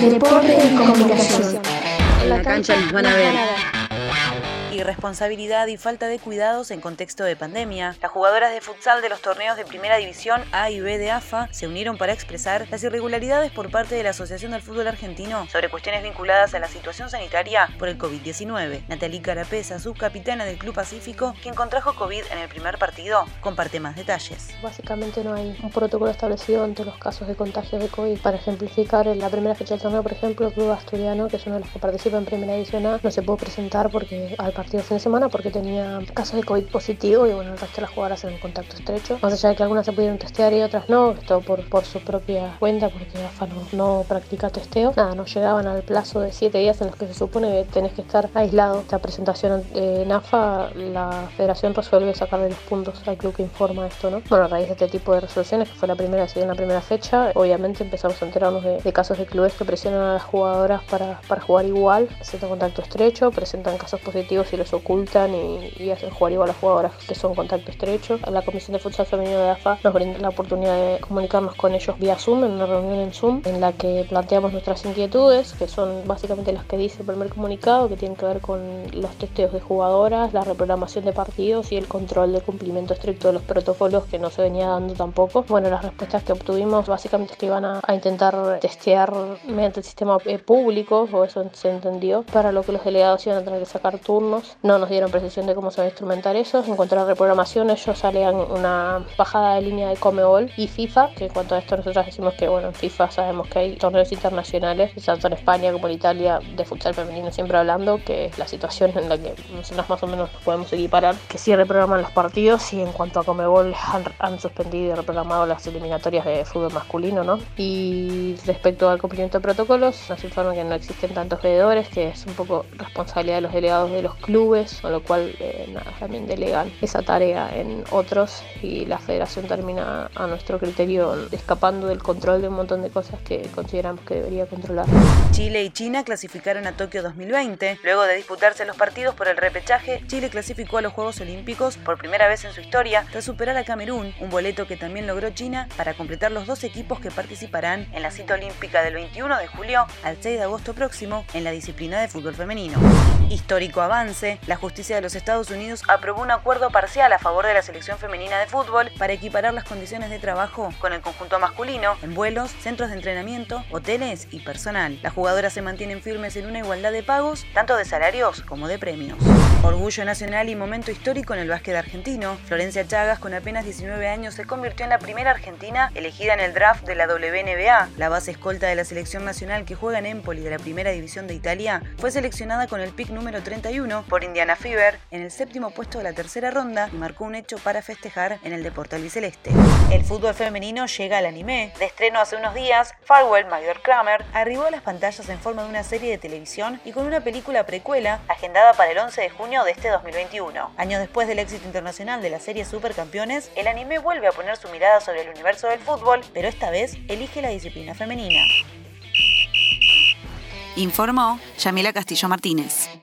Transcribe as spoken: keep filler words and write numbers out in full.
Deporte y comunicación. En la cancha nos van a ver. Irresponsabilidad y falta de cuidados en contexto de pandemia. Las jugadoras de futsal de los torneos de Primera División A y B de A F A se unieron para expresar las irregularidades por parte de la Asociación del Fútbol Argentino sobre cuestiones vinculadas a la situación sanitaria por el covid diecinueve. Nathalie Carapesa, subcapitana del Club Pacífico, quien contrajo COVID en el primer partido, comparte más detalles. Básicamente no hay un protocolo establecido ante los casos de contagio de COVID. Para ejemplificar, en la primera fecha del torneo, por ejemplo, el Club Asturiano, que es uno de los que participa en Primera División A, no se pudo presentar porque al partido fin de semana porque tenía casos de COVID positivo y bueno, el resto de las jugadoras en contacto estrecho. Más allá de que algunas se pudieron testear y otras no, esto por, por su propia cuenta porque A F A no, no practica testeo. Nada, no llegaban al plazo de siete días en los que se supone que tenés que estar aislado. Esta presentación en A F A, la federación resuelve sacarle los puntos al club que informa esto, ¿no? Bueno, a raíz de este tipo de resoluciones, que fue la primera decidida en la primera fecha, obviamente empezamos a enterarnos de, de casos de clubes que presionan a las jugadoras para, para jugar igual, presentan contacto estrecho, presentan casos positivos y los ocultan y, y hacen jugar igual a las jugadoras que son contacto estrecho. La Comisión de Futsal Femenino de A F A nos brinda la oportunidad de comunicarnos con ellos vía Zoom, en una reunión en Zoom, en la que planteamos nuestras inquietudes, que son básicamente las que dice el primer comunicado, que tienen que ver con los testeos de jugadoras, la reprogramación de partidos y el control del cumplimiento estricto de los protocolos, que no se venía dando tampoco. Bueno, las respuestas que obtuvimos básicamente es que iban a, a intentar testear mediante el sistema eh, público, o eso se entendió, para lo que los delegados iban a tener que sacar turnos. No nos dieron precisión de cómo se va a instrumentar eso. En cuanto a la reprogramación, ellos alegan una bajada de línea de Conmebol y FIFA, que en cuanto a esto nosotros decimos que bueno, en FIFA sabemos que hay torneos internacionales, tanto en España como en Italia, de futsal femenino, siempre hablando, que es la situación en la que nosotros más o menos nos podemos equiparar, que sí reprograman los partidos, y en cuanto a Conmebol han, han suspendido y reprogramado las eliminatorias de fútbol masculino, ¿no? Y respecto al cumplimiento de protocolos, nos informan que no existen tantos veedores, que es un poco responsabilidad de los delegados de los clubes, con lo cual eh, nada, también delegan esa tarea en otros y la federación termina, a nuestro criterio, escapando del control de un montón de cosas que consideramos que debería controlar. Chile y China clasificaron a Tokio dos mil veinte. Luego de disputarse los partidos por el repechaje, Chile clasificó a los Juegos Olímpicos por primera vez en su historia tras superar a Camerún, un boleto que también logró China para completar los dos equipos que participarán en la cita olímpica del veintiuno de julio al seis de agosto próximo en la disciplina de fútbol femenino. Histórico avance. La justicia de los Estados Unidos aprobó un acuerdo parcial a favor de la selección femenina de fútbol para equiparar las condiciones de trabajo con el conjunto masculino en vuelos, centros de entrenamiento, hoteles y personal. Las jugadoras se mantienen firmes en una igualdad de pagos, tanto de salarios como de premios. Orgullo nacional y momento histórico en el básquet argentino. Florencia Chagas, con apenas diecinueve años, se convirtió en la primera argentina elegida en el draft de la W N B A. La base escolta de la selección nacional, que juega en Empoli de la Primera División de Italia, fue seleccionada con el pick número treinta y uno por Indiana Fever en el séptimo puesto de la tercera ronda y marcó un hecho para festejar en el deporte albiceleste. El fútbol femenino llega al anime. De estreno hace unos días, Farewell Mayor Kramer arribó a las pantallas en forma de una serie de televisión y con una película precuela agendada para el once de junio de este dos mil veintiuno. Años después del éxito internacional de la serie Supercampeones, el anime vuelve a poner su mirada sobre el universo del fútbol, pero esta vez elige la disciplina femenina. Informó Yamila Castillo Martínez.